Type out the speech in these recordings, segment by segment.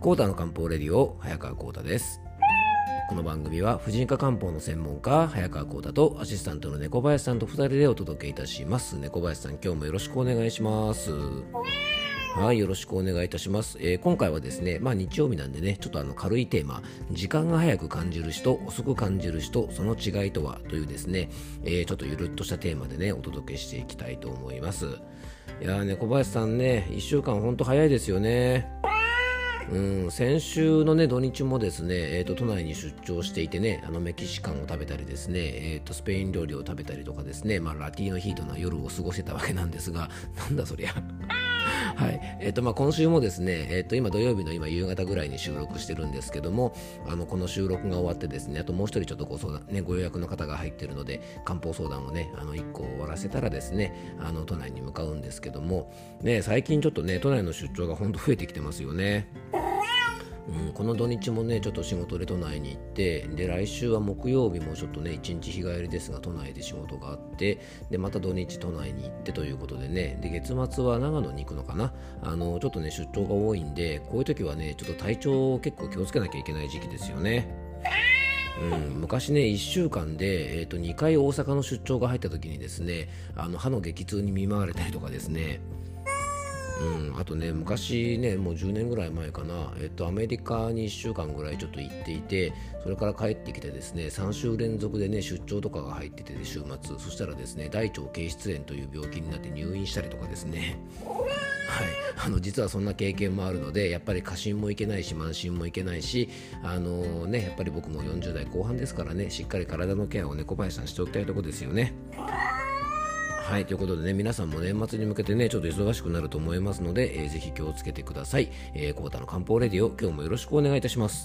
コータの漢方レディオ早川コータです。この番組は婦人科漢方の専門家早川コータとアシスタントの猫林さんと2人でお届けいたします。猫林さん、今日もよろしくお願いします。はい、よろしくお願いいたします。今回はですね、日曜日なんでね、ちょっと軽いテーマ、時間が早く感じる人、遅く感じる人、その違いとはというですね、ちょっとゆるっとしたテーマでね、お届けしていきたいと思います。いやー、猫林さんね、1週間ほんと早いですよね。先週のね土日もですね、都内に出張していてね、メキシカンを食べたりですね、スペイン料理を食べたりとかですね、ラティーノヒートな夜を過ごしてたわけなんですが、なんだそりゃはい、今週もですね、今土曜日の夕方ぐらいに収録してるんですけども、この収録が終わってですね、あともう一人ちょっとご相談、ね、ご予約の方が入ってるので、漢方相談をね1個終わらせたらですね、都内に向かうんですけども、ね、最近ちょっとね都内の出張がほんと増えてきてますよね。この土日もねちょっと仕事で都内に行って、で来週は木曜日もちょっとね一日日帰りですが都内で仕事があって、でまた土日都内に行ってということでね、で月末は長野に行くのかな。ちょっとね出張が多いんで、こういう時はねちょっと体調を結構気をつけなきゃいけない時期ですよね。昔ね1週間で、2回大阪の出張が入った時にですね、歯の激痛に見舞われたりとかですね、あとね昔ねもう10年ぐらい前かな、アメリカに1週間ぐらいちょっと行っていて、それから帰ってきてですね3週連続でね出張とかが入ってて、週末そしたらですね大腸憩室炎という病気になって入院したりとかですねはい、実はそんな経験もあるので、やっぱり過信もいけないし慢心もいけないし、やっぱり僕も40代後半ですからね、しっかり体のケアを猫林さんしておきたいところですよね。はい、ということでね、皆さんも年末に向けてねちょっと忙しくなると思いますので、ぜひ気をつけてください。コータの漢方レディオ、今日もよろしくお願いいたします。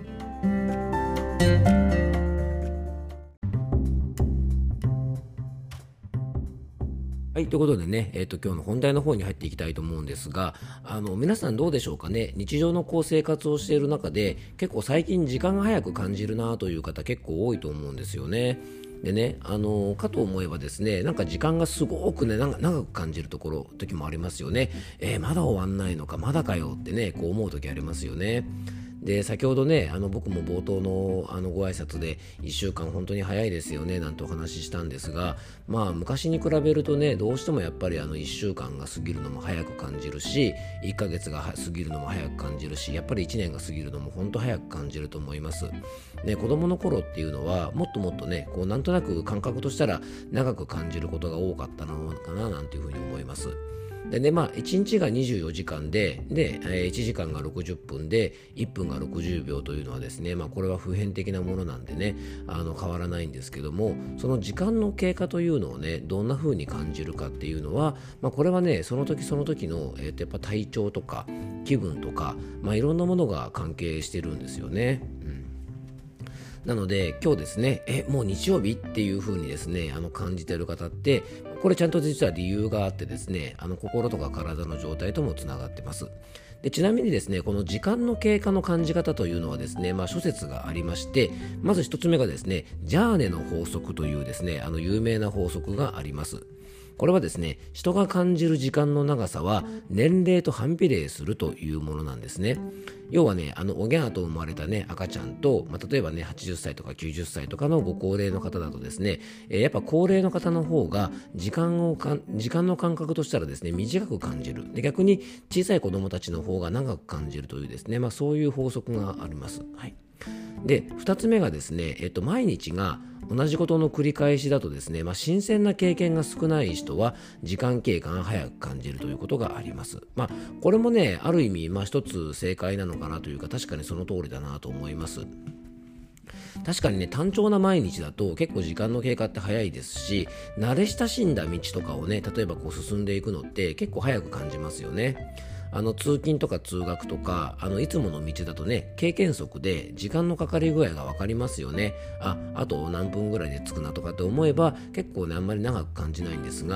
はい、ということでね、今日の本題の方に入っていきたいと思うんですが、皆さんどうでしょうかね。日常の生活をしている中で結構最近時間が早く感じるなという方結構多いと思うんですよね。でね、かと思えばですね、なんか時間がすごくね長く感じる時もありますよね。まだ終わんないのか、まだかよってねこう思う時ありますよね。で先ほどね僕も冒頭のご挨拶で1週間本当に早いですよねなんてお話ししたんですが、昔に比べるとねどうしてもやっぱり1週間が過ぎるのも早く感じるし、1ヶ月が過ぎるのも早く感じるし、やっぱり1年が過ぎるのも本当早く感じると思います。ね、子供の頃っていうのはもっともっとねなんとなく感覚としたら長く感じることが多かったのかななんていうふうに思います。でね、1日が24時間で、1時間が60分で1分が60秒というのはですね、これは普遍的なものなんでね変わらないんですけども、その時間の経過というのをねどんな風に感じるかっていうのは、これはねその時その時の、やっぱ体調とか気分とか、いろんなものが関係してるんですよね。なので今日ですね、もう日曜日っていう風にですね感じている方って、これちゃんと実は理由があってですね、心とか体の状態ともつながってます。でちなみにですねこの時間の経過の感じ方というのはですね、諸説がありまして、まず一つ目がですねジャーネの法則というですね有名な法則があります。これはですね、人が感じる時間の長さは年齢と反比例するというものなんですね。要はね、おぎゃーと生まれたね赤ちゃんと、例えばね80歳とか90歳とかのご高齢の方だとですね、やっぱ高齢の方の方が時間の感覚としたらですね短く感じる。で逆に小さい子供たちの方が長く感じるというですね、そういう法則があります。はい。で2つ目がですね、毎日が同じことの繰り返しだとですね、新鮮な経験が少ない人は時間経過が早く感じるということがあります。これもねある意味一つ正解なのかなというか、確かにその通りだなと思います。確かにね単調な毎日だと結構時間の経過って早いですし、慣れ親しんだ道とかをね例えば進んでいくのって結構早く感じますよね。通勤とか通学とかいつもの道だとね経験則で時間のかかり具合が分かりますよね。あと何分ぐらいで着くなとかって思えば結構ねあんまり長く感じないんですが、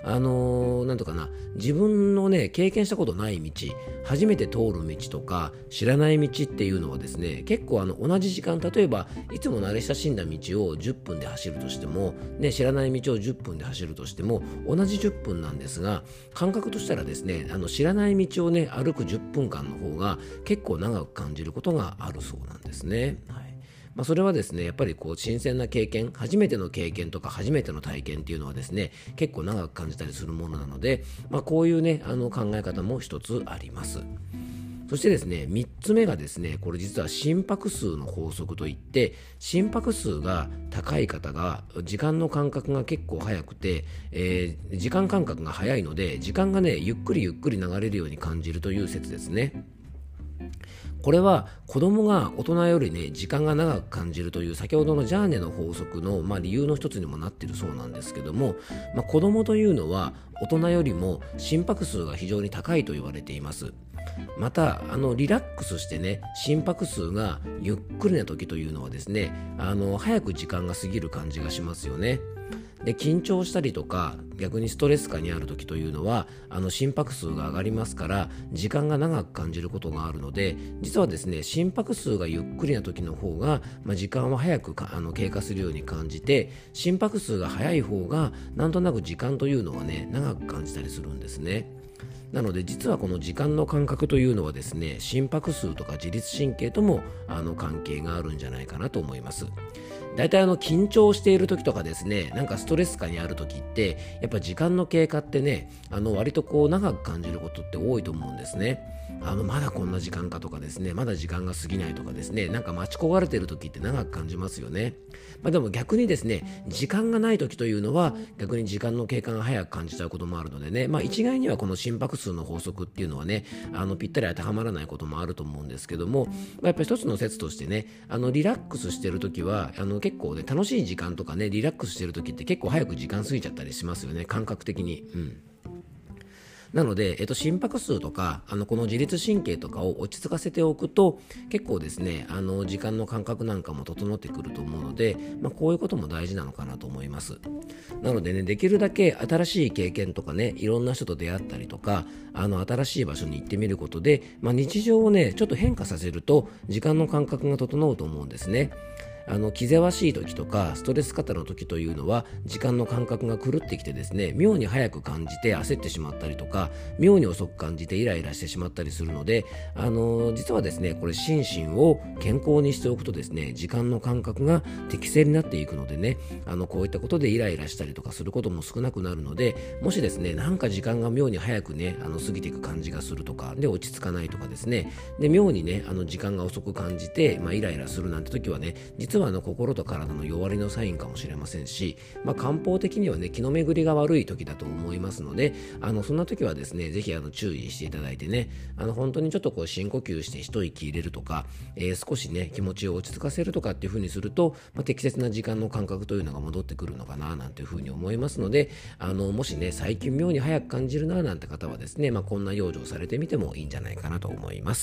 なんとかな、自分のね、経験したことない道、初めて通る道とか、知らない道っていうのはですね、結構同じ時間、例えば、いつも慣れ親しんだ道を10分で走るとしても、ね、知らない道を10分で走るとしても、同じ10分なんですが、感覚としたらですね、知らない道をね、歩く10分間の方が結構長く感じることがあるそうなんですね。はい。それはですね、やっぱり新鮮な経験、初めての経験とか初めての体験っていうのはですね、結構長く感じたりするものなので、こういうね、考え方も一つあります。そしてですね、3つ目がですね、これ実は心拍数の法則といって、心拍数が高い方が時間の感覚が結構早くて、時間感覚が早いので、時間がね、ゆっくりゆっくり流れるように感じるという説ですね。これは子供が大人よりね、時間が長く感じるという先ほどのジャーネの法則の、理由の一つにもなっているそうなんですけども、子供というのは大人よりも心拍数が非常に高いと言われています。またリラックスしてね、心拍数がゆっくりな時というのはですね、早く時間が過ぎる感じがしますよね。で、緊張したりとか逆にストレス下にある時というのは心拍数が上がりますから時間が長く感じることがあるので、実はですね、心拍数がゆっくりな時の方が、時間は早く経過するように感じて、心拍数が速い方がなんとなく時間というのはね、長く感じたりするんですね。なので実はこの時間の感覚というのはですね、心拍数とか自律神経とも関係があるんじゃないかなと思います。大体緊張している時とかですね、なんかストレス下にある時ってやっぱ時間の経過ってね、割と長く感じることって多いと思うんですね。まだこんな時間かとかですね、まだ時間が過ぎないとかですね、なんか待ち焦がれてる時って長く感じますよね。でも逆にですね、時間がない時というのは逆に時間の経過が早く感じちゃうこともあるのでね、一概にはこの心拍数の法則っていうのはね、ぴったり当てはまらないこともあると思うんですけども、やっぱり一つの説としてね、リラックスしてる時は結構ね、楽しい時間とかね、リラックスしてる時って結構早く時間過ぎちゃったりしますよね、感覚的に。なので、心拍数とかこの自律神経とかを落ち着かせておくと結構ですね、時間の感覚なんかも整ってくると思うので、こういうことも大事なのかなと思います。なのでね、できるだけ新しい経験とかね、いろんな人と出会ったりとか新しい場所に行ってみることで、日常をねちょっと変化させると時間の感覚が整うと思うんですね。気ぜわしい時とかストレス過多の時というのは時間の感覚が狂ってきてですね、妙に早く感じて焦ってしまったりとか、妙に遅く感じてイライラしてしまったりするので、実はですね、これ心身を健康にしておくとですね、時間の感覚が適正になっていくのでね、こういったことでイライラしたりとかすることも少なくなるので、もしですね、なんか時間が妙に早くね過ぎていく感じがするとかで落ち着かないとかですね、で妙にね時間が遅く感じて、イライラするなんて時はね、実は心と体の弱りのサインかもしれませんし、漢方的にはね、気の巡りが悪い時だと思いますので、そんな時はですね、ぜひ注意していただいてね、本当にちょっと深呼吸して一息入れるとか、少しね気持ちを落ち着かせるとかっていう風にすると、適切な時間の感覚というのが戻ってくるのかななんていう風に思いますので、もしね最近妙に早く感じるななんて方はですね、こんな養生されてみてもいいんじゃないかなと思います。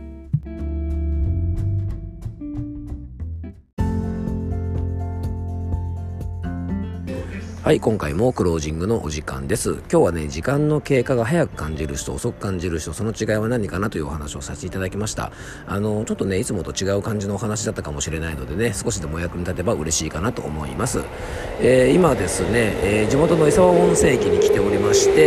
はい、今回もクロージングのお時間です。今日はね、時間の経過が早く感じる人、遅く感じる人、その違いは何かなというお話をさせていただきました。ちょっとね、いつもと違う感じのお話だったかもしれないのでね、少しでもお役に立てば嬉しいかなと思います。今ですね、地元の伊沢温泉駅に来ておりまして、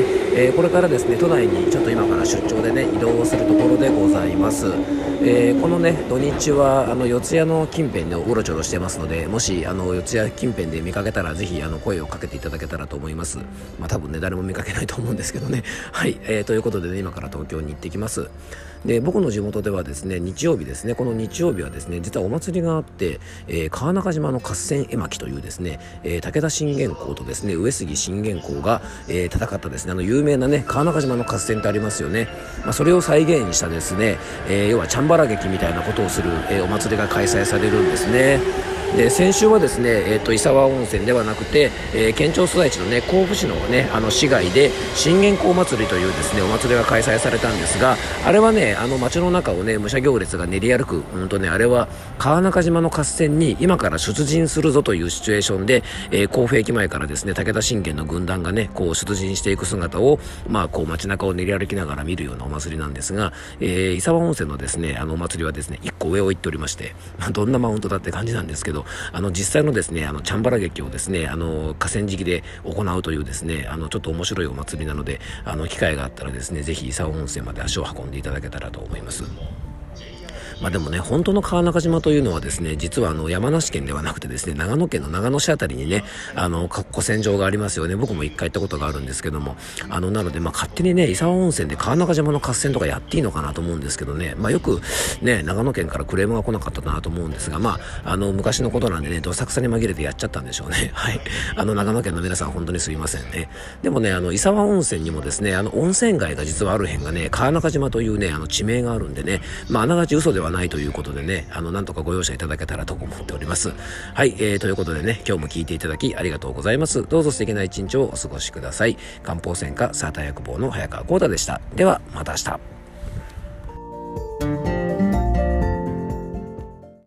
これからですね、都内にちょっと今から出張でね、移動をするところでございます。このね、土日は四谷の近辺でうろちょろしてますので、もし四谷近辺で見かけたらぜひ声をかけていただけたらと思います。多分ね、誰も見かけないと思うんですけどね。はい、ということでね、今から東京に行ってきます。で、僕の地元ではですね、日曜日ですね、この日曜日はですね、実はお祭りがあって、川中島の合戦絵巻というですね、武田信玄公とですね、上杉信玄公が、戦ったですね、有名なね、川中島の合戦ってありますよね。それを再現したですね、要はチャンバラ劇みたいなことをする、お祭りが開催されるんですね。 で先週はですね、伊沢温泉ではなくて、県庁所在地のね甲府市のね市街で信玄公祭りというですねお祭りが開催されたんですが、あれはね街の中をね武者行列が練り歩く、あれは川中島の合戦に今から出陣するぞというシチュエーションで、甲府駅前からですね武田信玄の軍団がねこう出陣していく姿をこう街中を練り歩きながら見るようなお祭りなんですが、伊沢温泉のですねお祭りはですね1個上を行っておりまして、どんなマウントだって感じなんですけど、実際のですねチャンバラ劇をですね河川敷で行うというですねちょっと面白いお祭りなので、機会があったらですねぜひ伊沢温泉まで足を運んでいただけたらと思います。でもね本当の川中島というのはですね実は山梨県ではなくてですね長野県の長野市あたりにね古戦場がありますよね。僕も一回行ったことがあるんですけども、なので勝手にね伊沢温泉で川中島の合戦とかやっていいのかなと思うんですけどね、よくね長野県からクレームが来なかったなと思うんですが、昔のことなんでねどさくさに紛れてやっちゃったんでしょうね。はい、長野県の皆さん本当にすいませんね。でもね伊沢温泉にもですね温泉街が実はある辺がね川中島というね地名があるんでね、あながち嘘ではないということでねなんとかご容赦いただけたらと思っております。はい、ということでね今日も聞いていただきありがとうございます。どうぞ素敵な一日をお過ごしください。漢方専科サーター薬房の早川浩太でした。ではまた明日。